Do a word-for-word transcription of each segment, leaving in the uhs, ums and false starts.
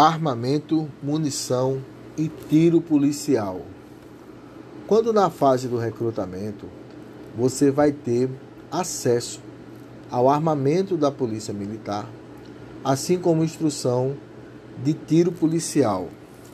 Armamento, munição e tiro policial. Quando na fase do recrutamento, você vai ter acesso ao armamento da Polícia Militar, assim como instrução de tiro policial.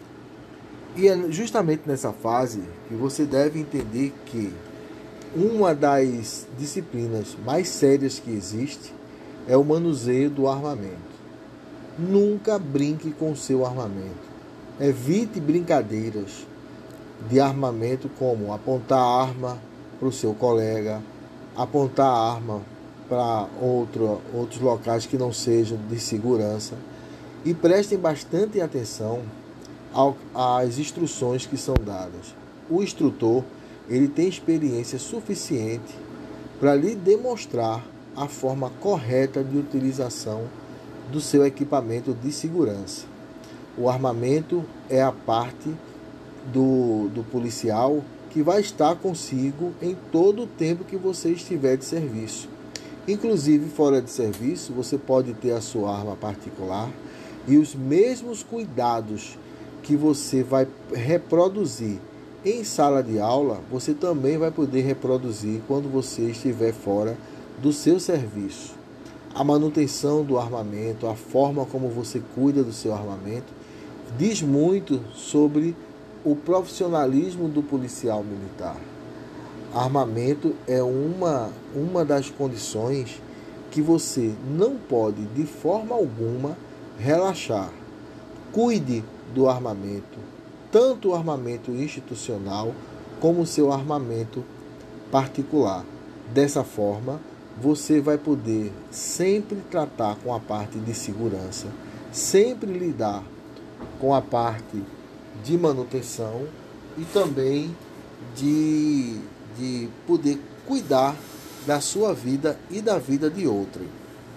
E é justamente nessa fase que você deve entender que uma das disciplinas mais sérias que existe é o manuseio do armamento. Nunca brinque com o seu armamento. Evite brincadeiras de armamento como apontar a arma para o seu colega, apontar a arma para outro, outros locais que não sejam de segurança. E prestem bastante atenção ao, às instruções que são dadas. O instrutor ele tem experiência suficiente para lhe demonstrar a forma correta de utilização do seu equipamento de segurança. O armamento é a parte do, do policial que vai estar consigo em todo o tempo que você estiver de serviço. Inclusive, fora de serviço, você pode ter a sua arma particular e os mesmos cuidados que você vai reproduzir em sala de aula, você também vai poder reproduzir quando você estiver fora do seu serviço. A manutenção do armamento, a forma como você cuida do seu armamento, diz muito sobre o profissionalismo do policial militar. Armamento é uma, uma das condições que você não pode, de forma alguma, relaxar. Cuide do armamento, tanto o armamento institucional como o seu armamento particular. Dessa forma, você vai poder sempre tratar com a parte de segurança, sempre lidar com a parte de manutenção e também de, de poder cuidar da sua vida e da vida de outrem.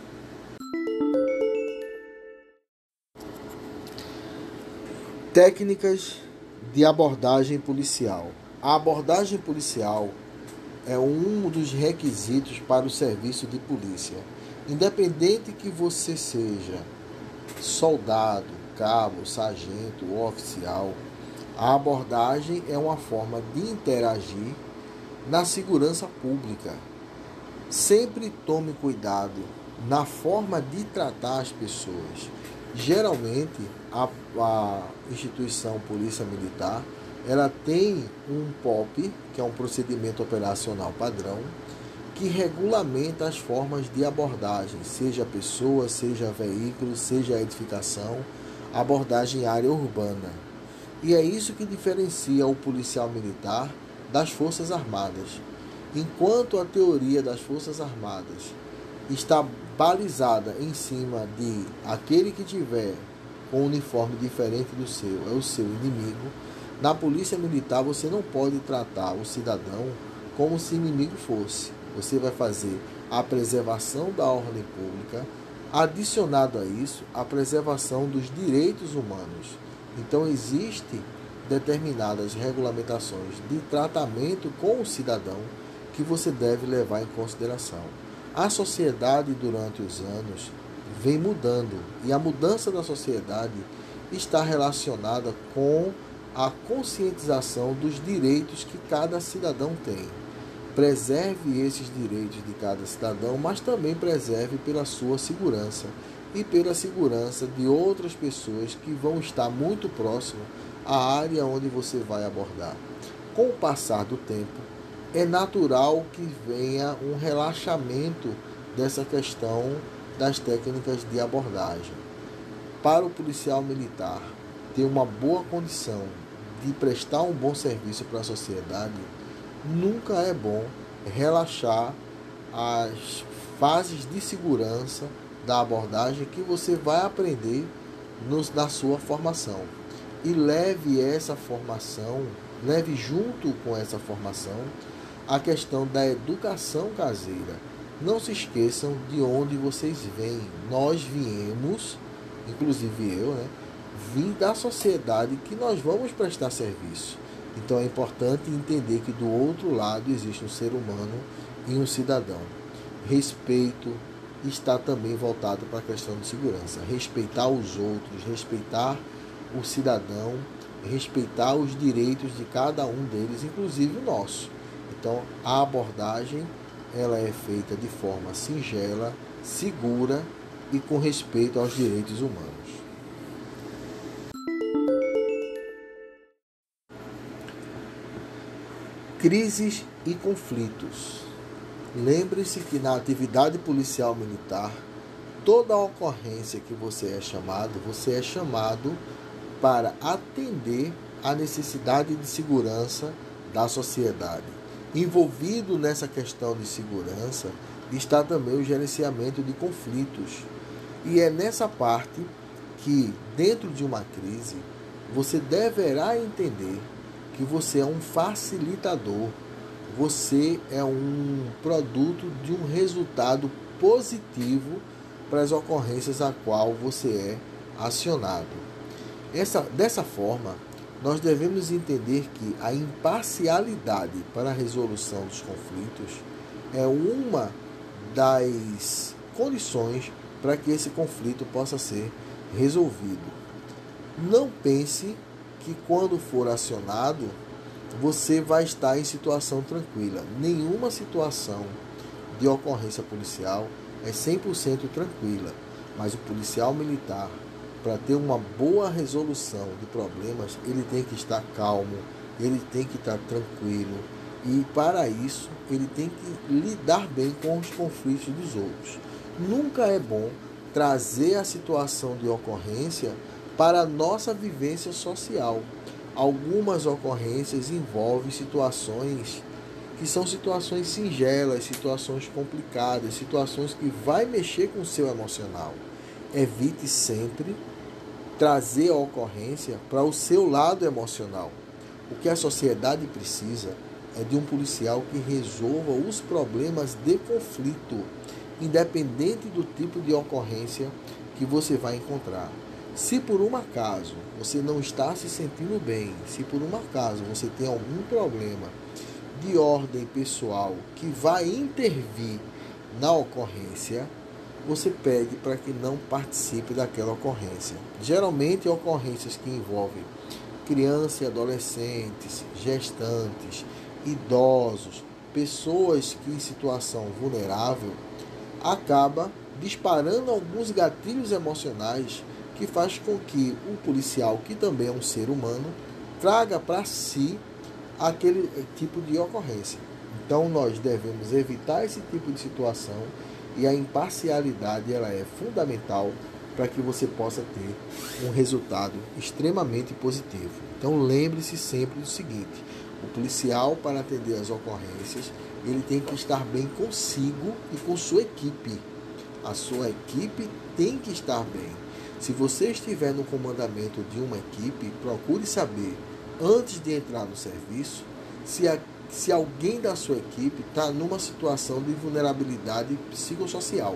Técnicas de abordagem policial. A abordagem policial é um dos requisitos para o serviço de polícia. Independente que você seja soldado, cabo, sargento ou oficial, a abordagem é uma forma de interagir na segurança pública. Sempre tome cuidado na forma de tratar as pessoas. Geralmente, a, a instituição Polícia Militar ela tem um P O P, que é um procedimento operacional padrão, que regulamenta as formas de abordagem, seja pessoa, seja veículo, seja edificação, abordagem em área urbana. E é isso que diferencia o policial militar das Forças Armadas. Enquanto a teoria das Forças Armadas está balizada em cima de aquele que tiver com um uniforme diferente do seu, é o seu inimigo, na Polícia Militar você não pode tratar o cidadão como se inimigo fosse. Você vai fazer a preservação da ordem pública, adicionado a isso, a preservação dos direitos humanos. Então, existem determinadas regulamentações de tratamento com o cidadão que você deve levar em consideração. A sociedade, durante os anos, vem mudando, e a mudança da sociedade está relacionada com a conscientização dos direitos que cada cidadão tem. Preserve esses direitos de cada cidadão, mas também preserve pela sua segurança e pela segurança de outras pessoas que vão estar muito próximo à área onde você vai abordar. Com o passar do tempo, é natural que venha um relaxamento dessa questão das técnicas de abordagem. Para o policial militar ter uma boa condição de prestar um bom serviço para a sociedade, nunca é bom relaxar as fases de segurança da abordagem que você vai aprender nos, na sua formação. E leve essa formação, leve junto com essa formação a questão da educação caseira. Não se esqueçam de onde vocês vêm. Nós viemos, inclusive eu, né, vim da sociedade que nós vamos prestar serviço. Então é importante entender que do outro lado existe um ser humano e um cidadão. Respeito, está também voltado para a questão de segurança. Respeitar os outros, respeitar o cidadão, respeitar os direitos de cada um deles, inclusive o nosso. Então, a abordagem ela é feita de forma singela, segura e com respeito aos direitos humanos. Crises e conflitos. Lembre-se que na atividade policial militar, toda ocorrência que você é chamado, você é chamado para atender à necessidade de segurança da sociedade. Envolvido nessa questão de segurança está também o gerenciamento de conflitos. E é nessa parte que, dentro de uma crise, você deverá entender que você é um facilitador, você é um produto de um resultado positivo para as ocorrências a qual você é acionado. Essa, dessa forma, nós devemos entender que a imparcialidade para a resolução dos conflitos é uma das condições para que esse conflito possa ser resolvido. Não pense que quando for acionado, você vai estar em situação tranquila. Nenhuma situação de ocorrência policial é cem por cento tranquila, mas o policial militar, para ter uma boa resolução de problemas, ele tem que estar calmo, ele tem que estar tranquilo e, para isso, ele tem que lidar bem com os conflitos dos outros. Nunca é bom trazer a situação de ocorrência para a nossa vivência social. Algumas ocorrências envolvem situações que são situações singelas, situações complicadas, situações que vai mexer com o seu emocional. Evite sempre trazer a ocorrência para o seu lado emocional. O que a sociedade precisa é de um policial que resolva os problemas de conflito, independente do tipo de ocorrência que você vai encontrar. Se por um acaso você não está se sentindo bem, se por um acaso você tem algum problema de ordem pessoal que vai intervir na ocorrência, você pede para que não participe daquela ocorrência. Geralmente, ocorrências que envolvem crianças e adolescentes, gestantes, idosos, pessoas que em situação vulnerável, acaba disparando alguns gatilhos emocionais que faz com que o policial, que também é um ser humano, traga para si aquele tipo de ocorrência. Então, nós devemos evitar esse tipo de situação e a imparcialidade ela é fundamental para que você possa ter um resultado extremamente positivo. Então, lembre-se sempre do seguinte: o policial, para atender as ocorrências, ele tem que estar bem consigo e com sua equipe. A sua equipe tem que estar bem. Se você estiver no comandamento de uma equipe, procure saber, antes de entrar no serviço, se, a, se alguém da sua equipe está numa situação de vulnerabilidade psicossocial.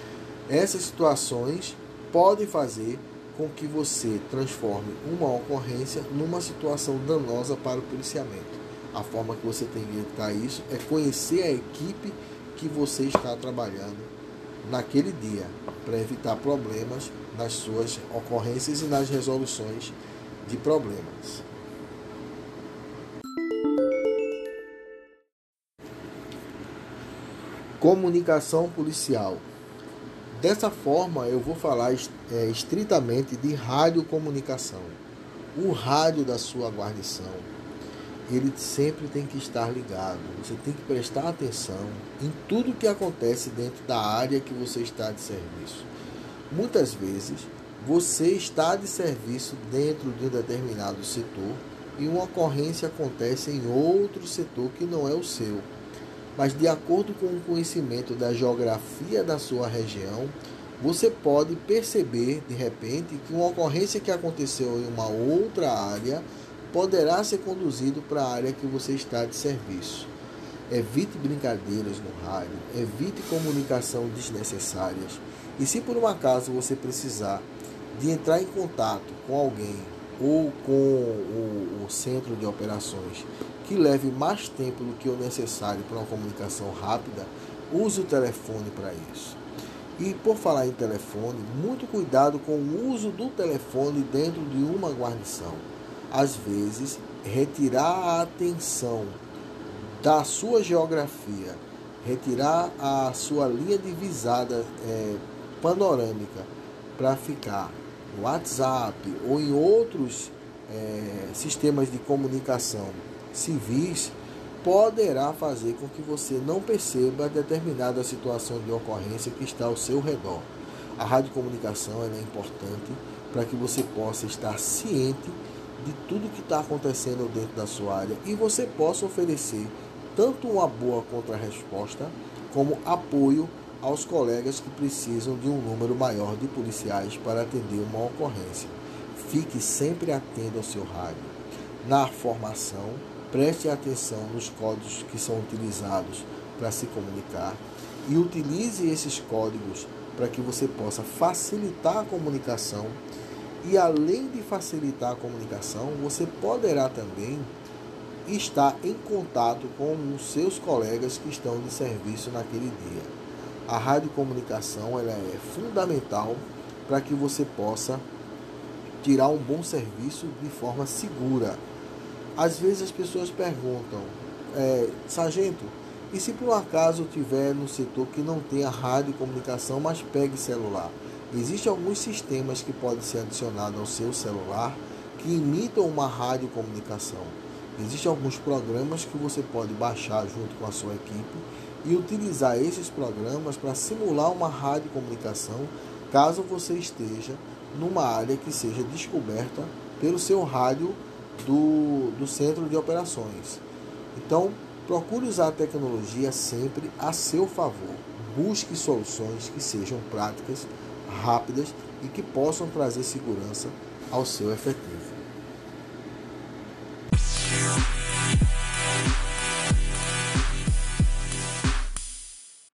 Essas situações podem fazer com que você transforme uma ocorrência numa situação danosa para o policiamento. A forma que você tem de evitar isso é conhecer a equipe que você está trabalhando naquele dia, para evitar problemas nas suas ocorrências e nas resoluções de problemas. Comunicação policial. Dessa forma, eu vou falar é, estritamente de radiocomunicação. O rádio da sua guarnição, ele sempre tem que estar ligado. Você tem que prestar atenção em tudo que acontece dentro da área que você está de serviço. Muitas vezes, você está de serviço dentro de um determinado setor e uma ocorrência acontece em outro setor que não é o seu. Mas, de acordo com o conhecimento da geografia da sua região, você pode perceber, de repente, que uma ocorrência que aconteceu em uma outra área poderá ser conduzido para a área que você está de serviço. Evite brincadeiras no rádio, evite comunicação desnecessárias. E se por um acaso você precisar de entrar em contato com alguém ou com o, o centro de operações que leve mais tempo do que o necessário para uma comunicação rápida, use o telefone para isso. E por falar em telefone, muito cuidado com o uso do telefone dentro de uma guarnição. Às vezes, retirar a atenção da sua geografia, retirar a sua linha de visada é, panorâmica para ficar no WhatsApp ou em outros é, sistemas de comunicação civis, poderá fazer com que você não perceba determinada situação de ocorrência que está ao seu redor. A radiocomunicação ela é importante para que você possa estar ciente de tudo que está acontecendo dentro da sua área e você possa oferecer tanto uma boa contra-resposta como apoio aos colegas que precisam de um número maior de policiais para atender uma ocorrência. Fique sempre atento ao seu rádio. Na formação, preste atenção nos códigos que são utilizados para se comunicar e utilize esses códigos para que você possa facilitar a comunicação. E além de facilitar a comunicação, você poderá também estar em contato com os seus colegas que estão de serviço naquele dia. A radiocomunicação ela é fundamental para que você possa tirar um bom serviço de forma segura. Às vezes as pessoas perguntam, é, sargento, e se por um acaso eu estiver no setor que não tenha radiocomunicação, mas pegue celular? Existem alguns sistemas que podem ser adicionados ao seu celular que imitam uma radiocomunicação. Existem alguns programas que você pode baixar junto com a sua equipe e utilizar esses programas para simular uma radiocomunicação caso você esteja numa área que seja descoberta pelo seu rádio do, do centro de operações. Então, procure usar a tecnologia sempre a seu favor. Busque soluções que sejam práticas, rápidas e que possam trazer segurança ao seu efetivo.